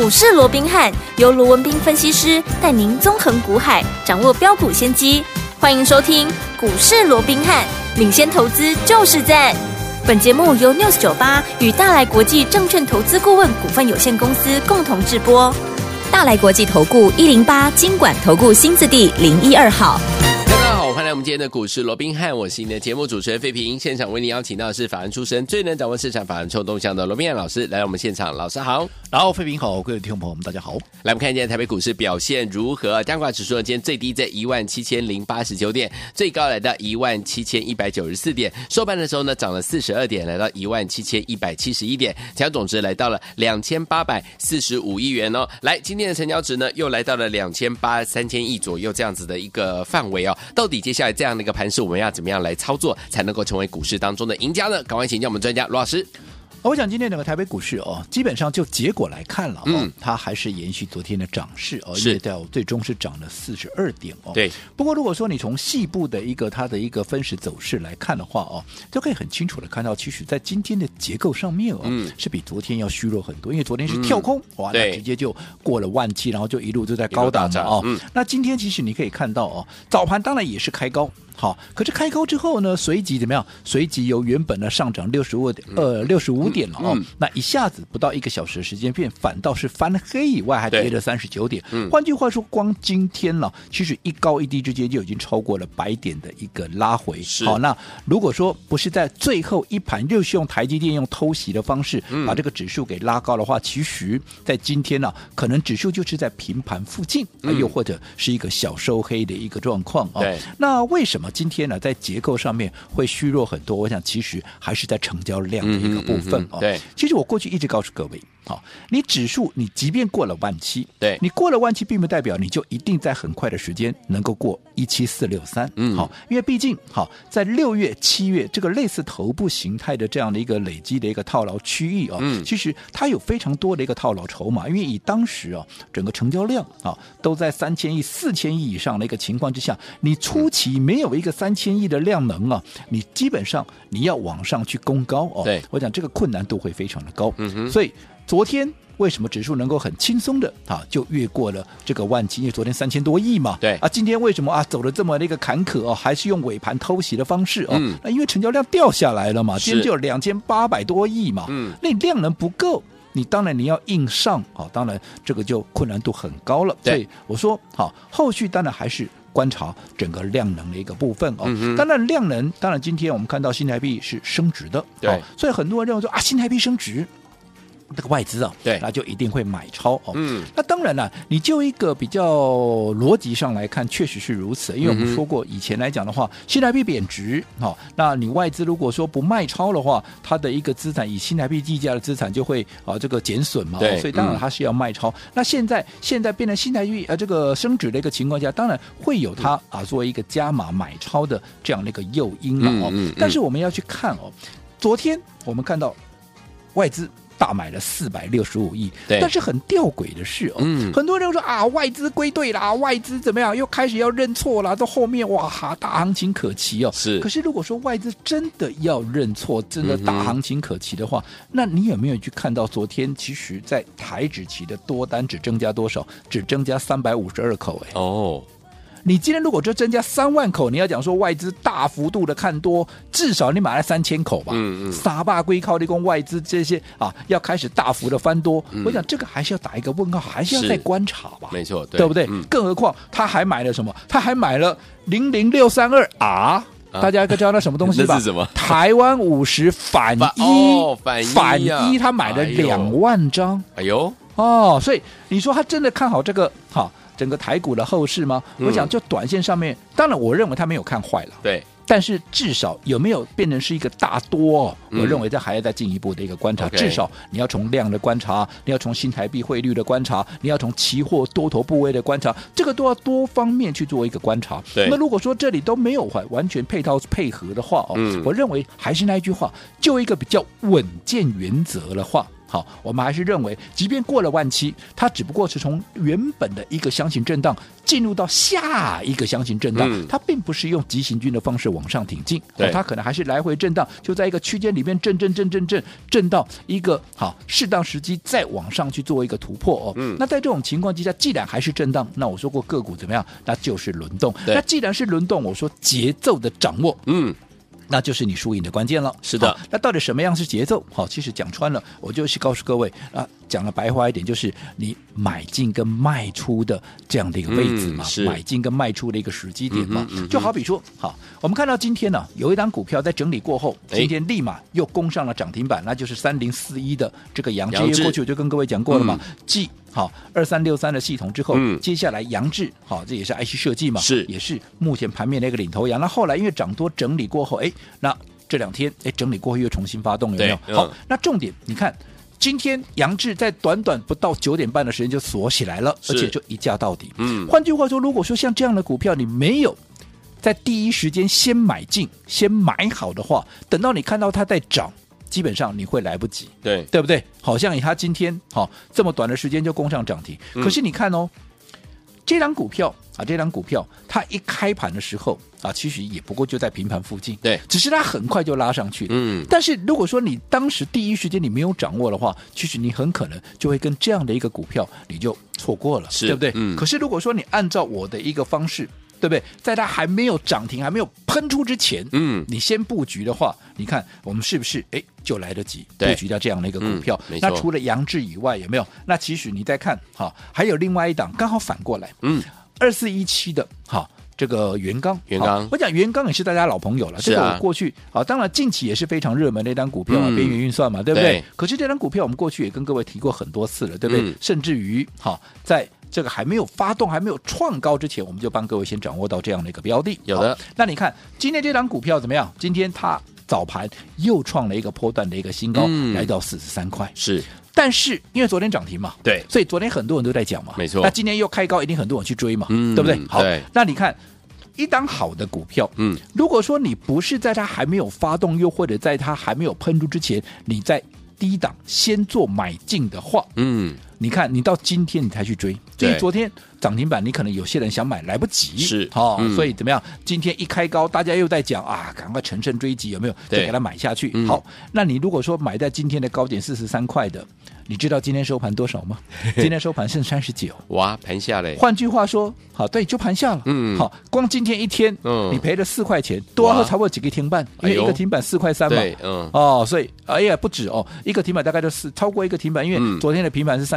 市罗宾汉由罗文彬分析师带您纵横股海，掌握标股先机。欢迎收听股市罗宾汉，领先投资就是赞。本节目由 News98 与大来国际证券投资顾问股份有限公司共同制播。大来国际投顾108金管投顾新字第012号。 大家好，欢迎来我们今天的股市罗宾汉，我是你的节目主持人费平。现场为您邀请到的是法人出身、最能掌握市场法人臭动向的罗宾汉老师来到我们现场。老师好。 然后费平好，各位听众朋友们大家好。 来，我们看今天台北股市表现如何？加权指数今天最低在17089点，最高来到17194点，收盘的时候呢涨了42点，来到17171点，成交总值来到了2845亿元哦。来，今天的成交值呢又来到了2800-3000亿左右这样子的一个范围哦。到底接下来这样的一个盘势，我们要怎么样来操作，才能够成为股市当中的赢家呢？赶快请教我们专家罗老师。 我想今天整个台北股市哦，基本上就结果来看了它还是延续昨天的涨势哦，因为到最终是涨了42点哦。 对。 不过如果说你从细部的它的一个分时走势来看的话哦，就可以很清楚的看到，其实在今天的结构上面哦，是比昨天要虚弱很多，因为昨天是跳空哇，那直接就过了17000，然后就一路就在高档了哦。那今天其实你可以看到哦，早盘当然也是开高。好，可是开高之后呢，随即怎么样？随即由原本的上涨65点了哦，那一下子不到1个小时的时间，反倒是翻黑以外，还跌了39点。换句话说，光今天了，其实一高一低之间就已经超过了100点的一个拉回。好，那如果说不是在最后一盘又是用台积电用偷袭的方式把这个指数给拉高的话，其实在今天呢，可能指数就是在平盘附近，又或者是一个小收黑的一个状况哦。那为什么今天呢，在结构上面会虚弱很多？我想其实还是在成交量的一个部分哦。 对， 其实我过去一直告诉各位，你指数你即便过了17000， 对， 你过了17000，并不代表你就一定在很快的时间能够过17463。好，因为毕竟在6月、7月这个类似头部形态的这样的一个累积的一个套牢区域哦，其实它有非常多的一个套牢筹码，因为以当时整个成交量都在3000亿、4000亿以上的一个情况之下，你初期没有一个3000亿的量能啊，你基本上你要往上去攻高哦， 对， 我讲这个困难度会非常的高。所以昨天为什么指数能够很轻松的就越过了这个17000？因为昨天3000多亿嘛， 对今天为什么走了这么的一个坎坷哦，还是用尾盘偷袭的方式哦？那因为成交量掉下来了嘛，今天就有2800多亿嘛，那你量能不够，你当然你要硬上当然这个就困难度很高了。所以我说后续当然还是观察整个量能的一个部分哦。当然量能，当然今天我们看到新台币是升值的， 对， 所以很多人认为说新台币升值，这个外资对， 那就一定会买超哦。那当然了，你就一个比较逻辑上来看，确实是如此。因为我们说过，以前来讲的话，新台币贬值，那你外资如果说不卖超的话，它的一个资产以新台币计价的资产就会这个减损嘛，所以当然它是要卖超。那现在变成新台币这个升值的一个情况下，当然会有它作为一个加码买超的这样的一个诱因了哦。但是我们要去看昨天我们看到外资大买了465亿，但是很吊诡的是很多人说外资归队啦，外资怎么样又开始要认错啦，到后面大行情可期哦。 是， 可是如果说外资真的要认错，真的大行情可期的话，那你有没有去看到昨天其实在台指期的多单只增加多少？只增加352口哦。你今天如果就增加3万口，你要讲说外资大幅度的看多，至少你买了3000口吧。傻霸归靠立功外资这些要开始大幅的翻多，我想这个还是要打一个问号，还是要再观察吧。 没错， 对不对？更何况他还买了什么？他还买了00632大家知道那什么东西吧？ 那是什么？ 台湾50反一，他买了2万张。所以你说他真的看好这个整个台股的后市吗？我想就短线上面，当然我认为他没有看坏了， 对， 但是至少有没有变成是一个大多我认为这还要再进一步的一个观察。至少你要从量的观察，你要从新台币汇率的观察，你要从期货多头部位的观察，这个都要多方面去做一个观察。那如果说这里都没有完全配合的话我认为还是那一句话，就一个比较稳健原则的话好，我们还是认为，即便过了17000，它只不过是从原本的一个箱型震荡进入到下一个箱型震荡，它并不是用急行军的方式往上挺进，它可能还是来回震荡，就在一个区间里面震到一个好适当时机再往上去做一个突破那在这种情况之下，既然还是震荡，那我说过个股怎么样？那就是轮动。那既然是轮动，我说节奏的掌握，那就是你输赢的关键了。 是的， 那到底什么样是节奏？好，其实讲穿了，我就是告诉各位啊，讲了白话一点，就是你买进跟卖出的这样的一个位置嘛，买进跟卖出的一个时机点嘛。就好比说，好，我们看到今天呢，有一档股票在整理过后，今天立马又攻上了涨停板，那就是3041的这个扬智。过去我就跟各位讲过了嘛，继好2363的系统之后，接下来扬智，好，这也是 IC 设计嘛，也是目前盘面的一个领头羊。那后来因为涨多整理过后，那这2天整理过后又重新发动，有没有？好，那重点你看，今天扬智在短短不到9点半的时间就锁起来了，而且就一价到底。换句话说，如果说像这样的股票你没有在第一时间先买进、先买好的话，等到你看到它在涨，基本上你会来不及，对不对？好像以他今天这么短的时间就攻上涨停，可是你看这张股票它一开盘的时候其实也不过就在平盘附近，对，只是它很快就拉上去了。但是如果说你当时第一时间你没有掌握的话，其实你很可能就会跟这样的一个股票你就错过了，对不对？可是如果说你按照我的一个方式，对不对？在它还没有涨停、还没有喷出之前，你先布局的话，你看我们是不是就来得及布局到这样的一个股票？那除了扬智以外，有没有？那其实你再看还有另外一档刚好反过来，2417的这个元刚，我讲元刚也是大家老朋友了，这个我过去当然近期也是非常热门的一档股票边缘运算嘛，对不对？可是这档股票我们过去也跟各位提过很多次了，对不对？甚至于在这个还没有发动、还没有创高之前，我们就帮各位先掌握到这样的一个标的。有的，那你看今天这档股票怎么样？今天它早盘又创了一个波段的一个新高，来到43块。是，但是因为昨天涨停嘛，对，所以昨天很多人都在讲嘛，没错。那今天又开高，一定很多人去追嘛，对不对？好，那你看一档好的股票，如果说你不是在它还没有发动，又或者在它还没有喷出之前，你在低档先做买进的话，你看你到今天你才去追，所以昨天涨停板你可能有些人想买来不及，是所以怎么样？今天一开高，大家又在讲赶快乘胜追击，有没有？就给它买下去。好，那你如果说买在今天的高点43块的，你知道今天收盘多少吗？今天收盘剩39，哇，盘下嘞。换句话说，好，对，就盘下了。好，光今天一天，你赔了4块钱，多差不多几个停板，因为一个停板4块3嘛，所以不止一个停板大概就是超过一个停板，因为昨天的平盘是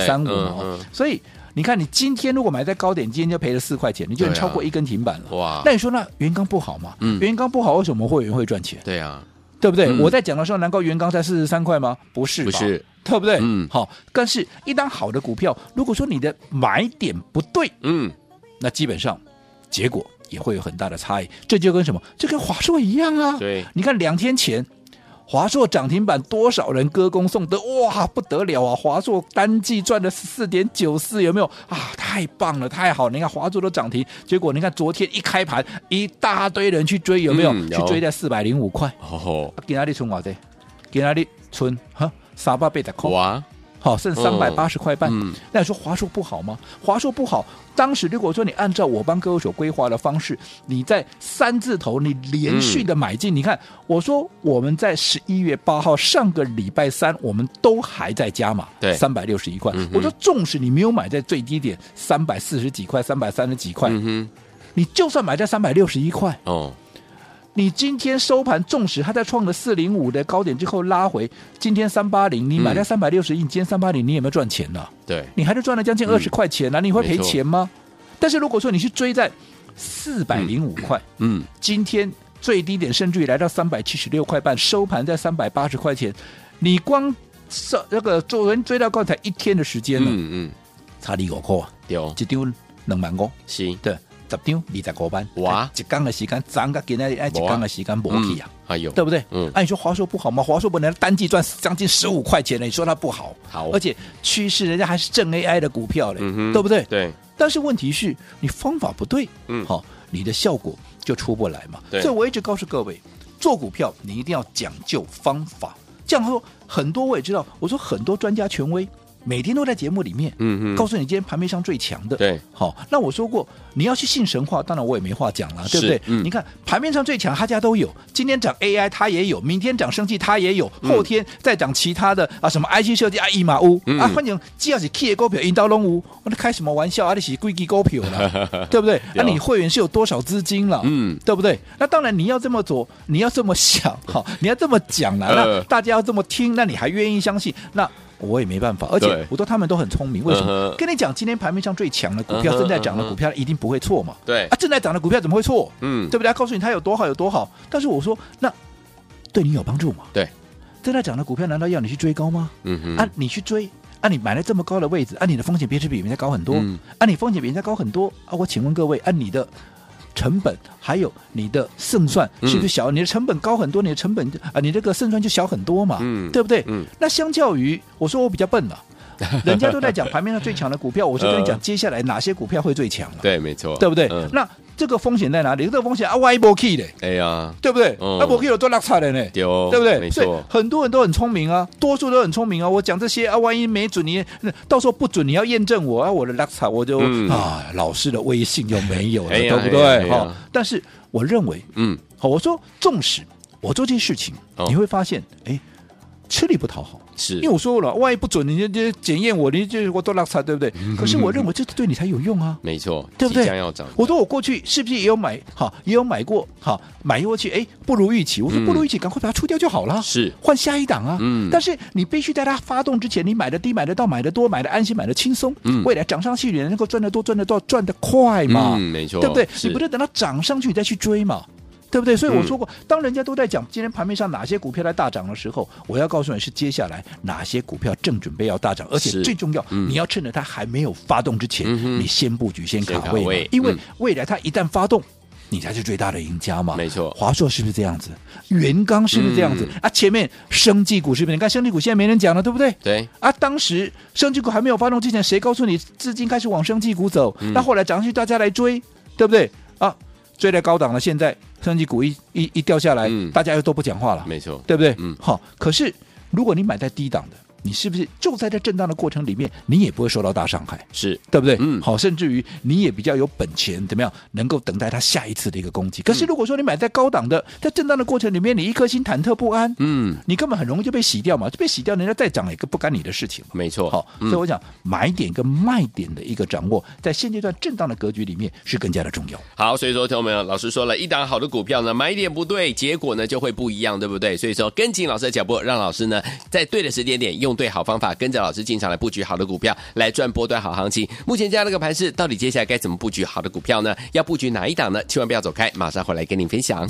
39.35所以你看你今天如果买在高点，今天就赔了4块钱，你就超过一根停板了。哇，那你说那元刚不好吗？元刚不好，为什么会员会赚钱？对啊，对不对？我在讲的时候，难道元刚才43块吗？不是吧，不是，对不对？好，但是一档好的股票，如果说你的买点不对，那基本上结果也会有很大的差异。这就跟什么？这跟华硕一样啊。对，你看2天前华硕涨停板多少人歌功颂德，哇，不得了啊！华硕单季赚了14.94，有没有太棒了，太好了！你看华硕都涨停，结果你看昨天一开盘，一大堆人去追，有没有？去追在405块。今天你存多少？今天你存380块。哇！好，剩380块半。那你说华硕不好吗？华硕不好。当时如果说你按照我帮各位所规划的方式，你在3字头你连续的买进，你看我说我们在11月8号上个礼拜3，我们都还在加码，361块。我说纵使你没有买在最低点340几块、330几块，你就算买在361块，你今天收盘，纵使它在创了405的高点之后拉回，今天380，你买在361，你今天380，你有没有赚钱呢？对，你还是赚了将近20块钱啊！你会赔钱吗？但是如果说你是追在405块，今天最低点甚至于来到376块半，收盘在380块钱，你光这个昨天追到高才1天的时间了，差25块啊，一张2万5，是，对。10张20块半，哇！一天的时间，涨个今天一天的时间没去啊，对不对？你说华硕不好吗？华硕本来单季赚将近15块钱了，你说它不好？好，而且趋势人家还是正 AI 的股票嘞，对不对？对。但是问题是你方法不对，你的效果就出不来嘛。所以我一直告诉各位，做股票你一定要讲究方法。 这样说很多我也知道，我说很多专家权威每天都在节目里面，告诉你今天盘面上最强的。 对， 好，那我说过你要去信神话，当然我也没话讲了，对不对？你看盘面上最强，他家都有，今天涨 AI 他也有，明天涨生技他也有，后天再涨其他的什么 IC 设计一马屋反正只要是 K 的股票，引导拢有，我开什么玩笑啊？你是贵基股票了，对不对？那你会员是有多少资金了？对不对？那当然你要这么做，你要这么想，好，你要这么讲了，那大家要这么听，那你还愿意相信？那我也没办法，而且我说他们都很聪明，为什么？跟你讲，今天盘面上最强的股票，正在涨的股票一定不会错嘛？ 对正在涨的股票怎么会错？对不对？告诉你它有多好有多好，但是我说那对你有帮助吗？ 对， 正在涨的股票难道要你去追高吗？你去追你买了这么高的位置你的风险别是比人家高很多你风险比人家高很多我请问各位你的成本还有你的胜算是不是小？你的成本高很多，你的成本你这个胜算就小很多嘛，对不对？那相较于我说我比较笨了，人家都在讲盘面上最强的股票，我就跟你讲接下来哪些股票会最强了。 对，没错， 对不对？那这个风险在哪里？这个风险万一没去的， 哎呀， 对不对？没去有多落差的呢，对不对？ 没错， 所以很多人都很聪明多数都很聪明我讲这些万一没准你到时候不准，你要验证我我的落差我就老师的威信就没有了，对不对？但是我认为，好，我说纵使我做这些事情，你会发现，吃力不讨好。 是， 因为我说了，万一不准，你就检验我，你就我多落差，对不对？可是我认为这对你才有用啊， 没错， 对不对？ 即将要涨。 我说我过去是不是也有买，也有买过，买过去，不如预期。我说不如预期，赶快把它出掉就好了， 是换下一档啊。但是你必须在它发动之前，你买的低、买的到、买的多、买的安心、买的轻松，未来涨上去，你能够赚得多、赚得到、赚得快嘛？ 没错， 对不对？你不是等到涨上去你再去追嘛？对不对？所以我说过，当人家都在讲今天盘面上哪些股票在大涨的时候，我要告诉你是接下来哪些股票正准备要大涨，而且最重要，你要趁着它还没有发动之前，你先布局、先卡位，因为未来它一旦发动，你才是最大的赢家嘛。 没错， 华硕是不是这样子？元刚是不是这样子？前面生技股是不是？你看生技股现在没人讲了，对不对？ 对当时生技股还没有发动之前，谁告诉你资金开始往生技股走？那后来涨上去，大家来追，对不对？追在高档了，现在生技股一掉下来，大家又都不讲话了， 没错， 对不对？好，可是如果你买在低档的，你是不是就在这震荡的过程里面，你也不会受到大伤害， 是对不对？好，甚至于你也比较有本钱，怎么样能够等待它下一次的一个攻击？可是如果说你买在高档的，在震荡的过程里面，你一颗心忐忑不安，你根本很容易就被洗掉嘛，就被洗掉，人家再涨也不干你的事情嘛， 没错。 好，所以我讲买点跟卖点的一个掌握，在现阶段震荡的格局里面是更加的重要。 好，所以说听众朋友，老师说了一档好的股票呢，买点不对，结果呢就会不一样，对不对？所以说跟紧老师的脚步，让老师呢在对的时间点用对好方法，跟着老师进场来布局好的股票，来赚波段好行情。目前这样的一个盘势，到底接下来该怎么布局好的股票呢？要布局哪一档呢？千万不要走开，马上回来跟您分享。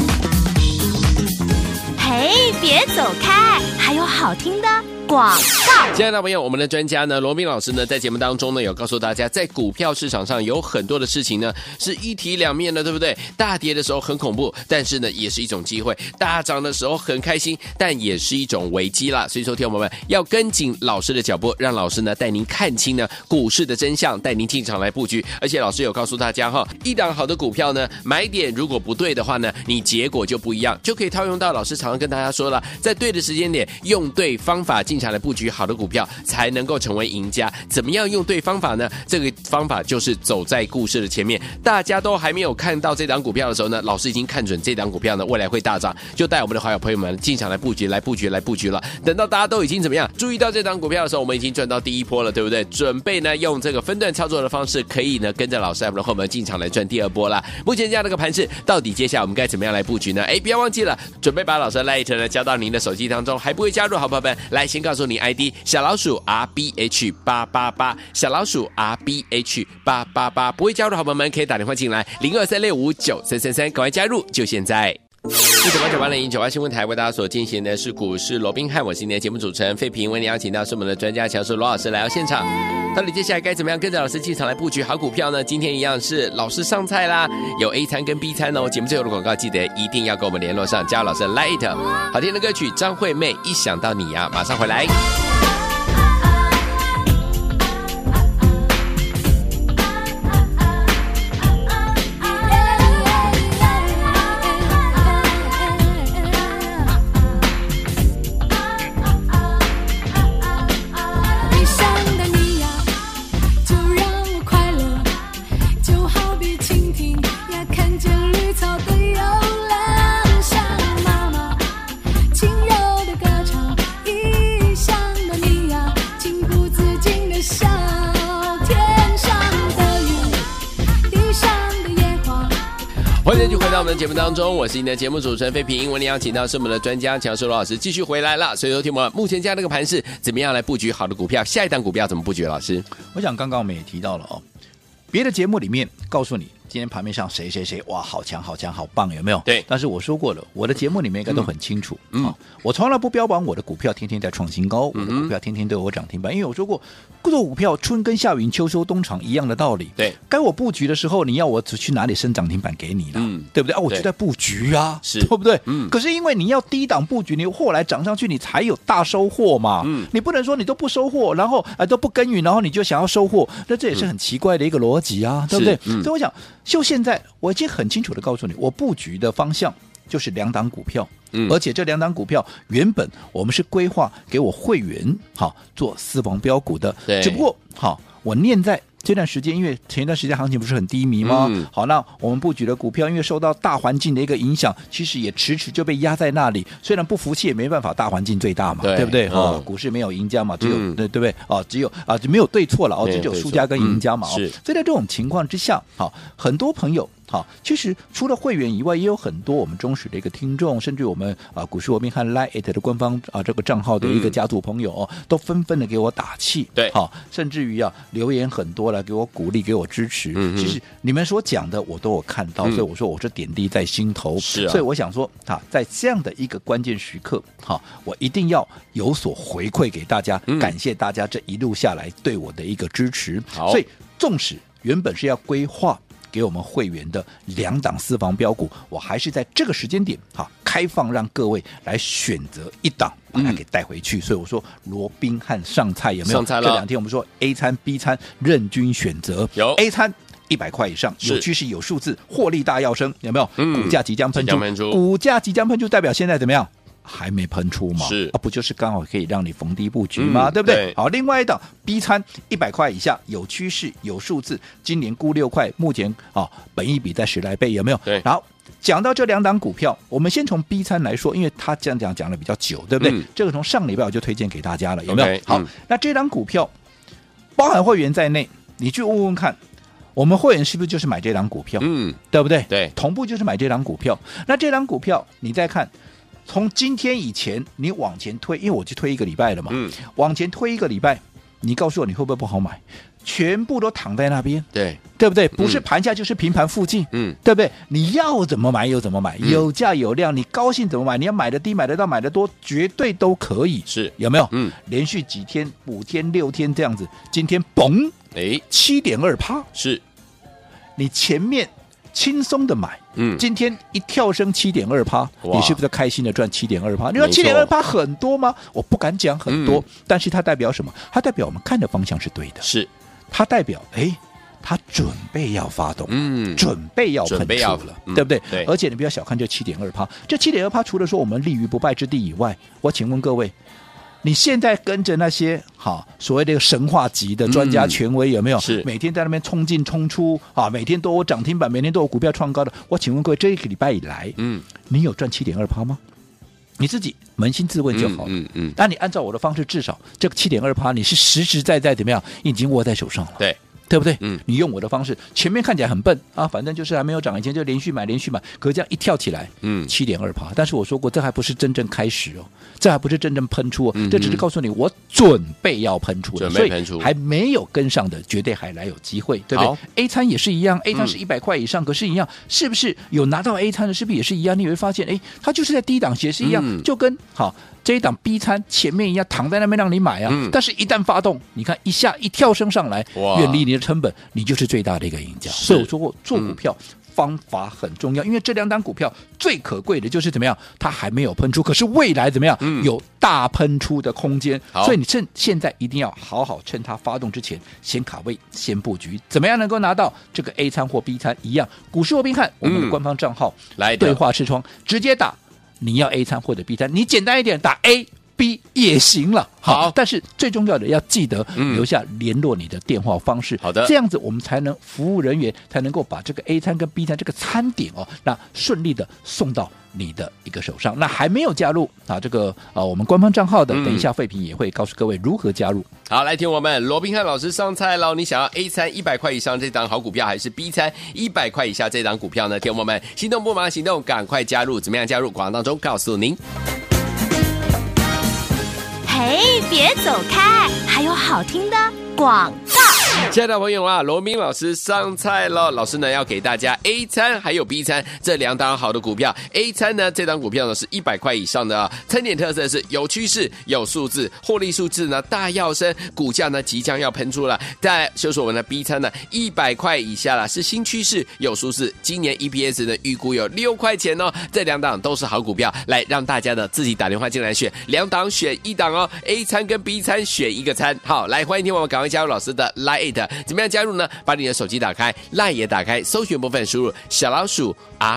嘿，别走开，还有好听的广告。 亲爱的朋友，我们的专家呢，罗宾老师呢，在节目当中呢，有告诉大家，在股票市场上有很多的事情呢，是一体两面的，对不对？大跌的时候很恐怖，但是呢，也是一种机会；大涨的时候很开心，但也是一种危机啦。所以说，听我们要跟紧老师的脚步，让老师呢带您看清呢股市的真相，带您进场来布局。而且老师有告诉大家一档好的股票呢，买点如果不对的话呢，你结果就不一样，就可以套用到老师常常跟大家说了，在对的时间点，用对方法进场来布局好的股票，才能够成为赢家。怎么样用对方法呢？这个方法就是走在故事的前面，大家都还没有看到这档股票的时候呢，老师已经看准这档股票呢未来会大涨，就带我们的好友朋友们进场来布局了。等到大家都已经怎么样注意到这档股票的时候，我们已经赚到第一波了，对不对？准备呢用这个分段操作的方式，可以呢跟着老师我们的后门进场来赚第二波啦。目前这样的一个盘势，到底接下来我们该怎么样来布局呢？不要忘记了，准备把老师的 Light 呢交到您的手机当中，还不会加入好朋友们，来先告诉你 ID 小老鼠 RBH888， 小老鼠 RBH888， 不会加入好朋友们可以打电话进来0236593333，赶快加入，就现在。98.98098新闻台为大家所进行的是股市罗宾汉，我是今天的节目主持人费平，为您邀请到是我们的专家乔叔罗老师来到现场。到底接下来该怎么样跟着老师进场来布局好股票呢？今天一样是老师上菜啦，有 A 餐跟 B 餐哦。节目最后的广告记得一定要跟我们联络上，加入老师的 Light。好听的歌曲张惠妹一想到你啊，马上回来。 回到我们的节目当中，我是你的节目主持人费平。我们邀请到是我们的专家强势罗老师继续回来了。所以说，听我们目前这样的一个盘势，怎么样来布局好的股票？下一档股票怎么布局？老师， 我想刚刚我们也提到了哦，别的节目里面告诉你今天盘面上谁谁谁哇好强好强好棒有没有？ 对。 但是我说过了，我的节目里面应该都很清楚我从来不标榜我的股票天天在创新高，我的股票天天都有涨停板，因为我说过做股票春耕夏耘秋收冬藏一样的道理。 对。 该我布局的时候，你要我去哪里升涨停板给你了？对不对啊？我就在布局啊， 是对不对？可是因为你要低档布局，你后来涨上去，你才有大收获嘛。你不能说你都不收获，然后都不耕耘，然后你就想要收获，那这也是很奇怪的一个逻辑啊，对不对？所以我想，就现在我已经很清楚的告诉你，我布局的方向就是2档股票。而且这2档股票原本我们是规划给我会员做私房标股的，只不过我念在这段时间，因为前一段时间行情不是很低迷吗？好，那我们布局的股票，因为受到大环境的一个影响，其实也迟迟就被压在那里。虽然不服气，也没办法，大环境最大嘛，对不对？股市没有赢家嘛，只有对不对？只有没有对错了只有输家跟赢家嘛。所以在这种情况之下，很多朋友。其实除了会员以外，也有很多我们忠实的一个听众，甚至我们股市罗宾汉 LINE@ 的官方这个账号的一个家族朋友都纷纷的给我打气， 对， 甚至于留言很多来给我鼓励，给我支持。其实你们所讲的我都有看到，所以我说我是点滴在心头。是所以我想说在这样的一个关键时刻，我一定要有所回馈给大家，感谢大家这一路下来对我的一个支持。所以纵使原本是要规划给我们会员的2档私房标股，我还是在这个时间点开放让各位来选择1档把它给带回去。所以我说罗宾汉上菜有没有？上菜了。这2天我们说 A 餐 B 餐任君选择，有 A 餐100块以上，有趋势有数字，获利大跃升，有没有？股价即将喷出，股价即将喷出代表现在怎么样？还没喷出嘛？是不就是刚好可以让你逢低布局吗？对不对？好，另外一档 B 餐100块以下，有趋势有数字，今年估6块，目前本益比在10来倍，有没有？对。然后讲到这2档股票，我们先从 B 餐来说，因为他这样讲的比较久，对不对？这个从上礼拜我就推荐给大家了，有没有？好，那这档股票包含会员在内，你去问问看。我们会员是不是就是买这档股票？对不对？对，同步就是买这档股票。那这档股票你再看。从今天以前，你往前推，因为我就推1个礼拜了嘛，往前推1个礼拜，你告诉我你会不会不好买？全部都躺在那边，对不对？不是盘下就是平盘附近，对不对？你要怎么买有怎么买，有价有量，你高兴怎么买？你要买的低、买得到、买得多，绝对都可以，是有没有？连续几天、5天、6天这样子，今天嘣，7.2%，是你前面轻松的买。今天一跳升7.2%，你是不是开心的赚7.2%？你说7.2%很多吗？我不敢讲很多，但是它代表什么？它代表我们看的方向是对的，是它代表它准备要发动，准备要喷出了，对不对？对。而且你不要小看这7.2%，这7.2%除了说我们立于不败之地以外，我请问各位。你现在跟着那些所谓的神话级的专家权威有没有？是每天在那边冲进冲出每天都有涨停板，每天都有股票创高的。我请问各位，这1个礼拜以来，你有赚7.2%吗？你自己扪心自问就好了。那你按照我的方式，至少这个7.2%，你是实实在在怎么样，已经握在手上了。对不对？你用我的方式，前面看起来很笨反正就是还没有涨，以前就连续买，可是这样一跳起来，7.2%。但是我说过，这还不是真正开始这还不是真正喷出这只是告诉你我准备要喷出的，所以还没有跟上的，绝对还来有机会，对不对 ？A 餐也是一样 ，A 餐是100块以上，可是一样，是不是有拿到 A 餐的，是不是也是一样？你会发现，它就是在低档也是一样，就跟这一档 B 餐前面一样躺在那边让你买但是一旦发动，你看一下一跳升上来，远离你的成本，你就是最大的一个赢家。所以我说过，做股票方法很重要，因为这2档股票最可贵的就是怎么样，它还没有喷出，可是未来怎么样，有大喷出的空间。所以你趁现在一定要好好趁它发动之前，先卡位，先布局，怎么样能够拿到这个 A 餐或 B 餐一样？股市罗宾汉我们的官方账号来对话视窗直接打。你要 A 餐或者 B 餐，你简单一点打 A， B 也行了。 好， 但是最重要的要记得留下联络你的电话方式。 好的， 这样子我们才能服务人员才能够把这个 A 餐跟 B 餐这个餐点那顺利的送到你的一个手上。那还没有加入这个我们官方账号的，等一下废品也会告诉各位如何加入。 好，来听我们罗宾汉老师上菜喽！你想要 A 餐100块以上这档好股票，还是 B 餐100块以下这档股票呢？听我们心动不忙行动，赶快加入！怎么样加入？广告当中告诉您。 嘿，别走开，还有好听的广告。 亲爱的朋友啊，罗明老师上菜了。老师呢要给大家 A 餐还有 B 餐这两档好的股票。A 餐呢这档股票呢是100块以上的餐点特色是有趋势、有数字，获利数字呢大跃升，股价呢即将要喷出了。再就是我们的 B 餐呢100块以下啦，是新趋势、有数字，今年 EPS 呢预估有6块钱哦。这两档都是好股票，来让大家呢自己打电话进来选，两档选一档哦。A 餐跟 B 餐选一个餐。好，来欢迎听我们赶快加入老师的 Line。怎么样加入呢？把你的手机打开 ，LINE 也打开，搜寻部分输入小老鼠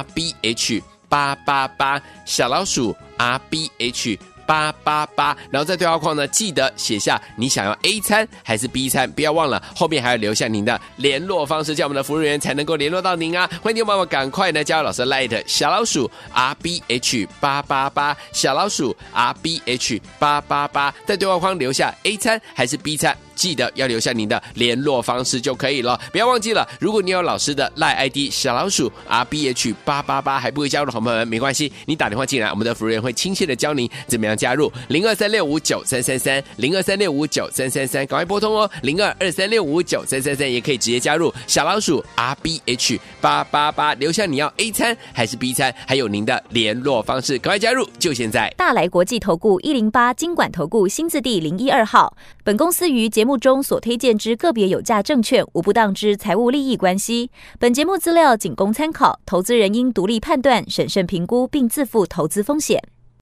RBH888， 小老鼠 RBH888，然后在对话框呢，记得写下你想要 A 餐还是 B 餐，不要忘了后面还要留下您的联络方式，叫我们的服务人员才能够联络到您啊！欢迎听众朋友们赶快呢加入老师的 Light 小老鼠 RBH888， 小老鼠 RBH888， 在对话框留下 A 餐还是 B 餐。记得要留下您的联络方式就可以了，不要忘记了。如果你有老师的 LINE ID 小老鼠 RBH888 还不会加入的好朋友们，没关系，你打电话进来，我们的服务员会亲切的教您怎么样加入。0236593333 0236593333，赶快拨通哦。0223659333也可以直接加入小老鼠 RBH888， 留下你要 A 餐还是 B 餐，还有您的联络方式，赶快加入，就现在。 大来国际投顾108金管投顾新字第012号，本公司于节目中所推荐之个别有价证券无不当之财务利益关系，本节目资料仅供参考，投资人应独立判断、审慎评估并自负投资风险。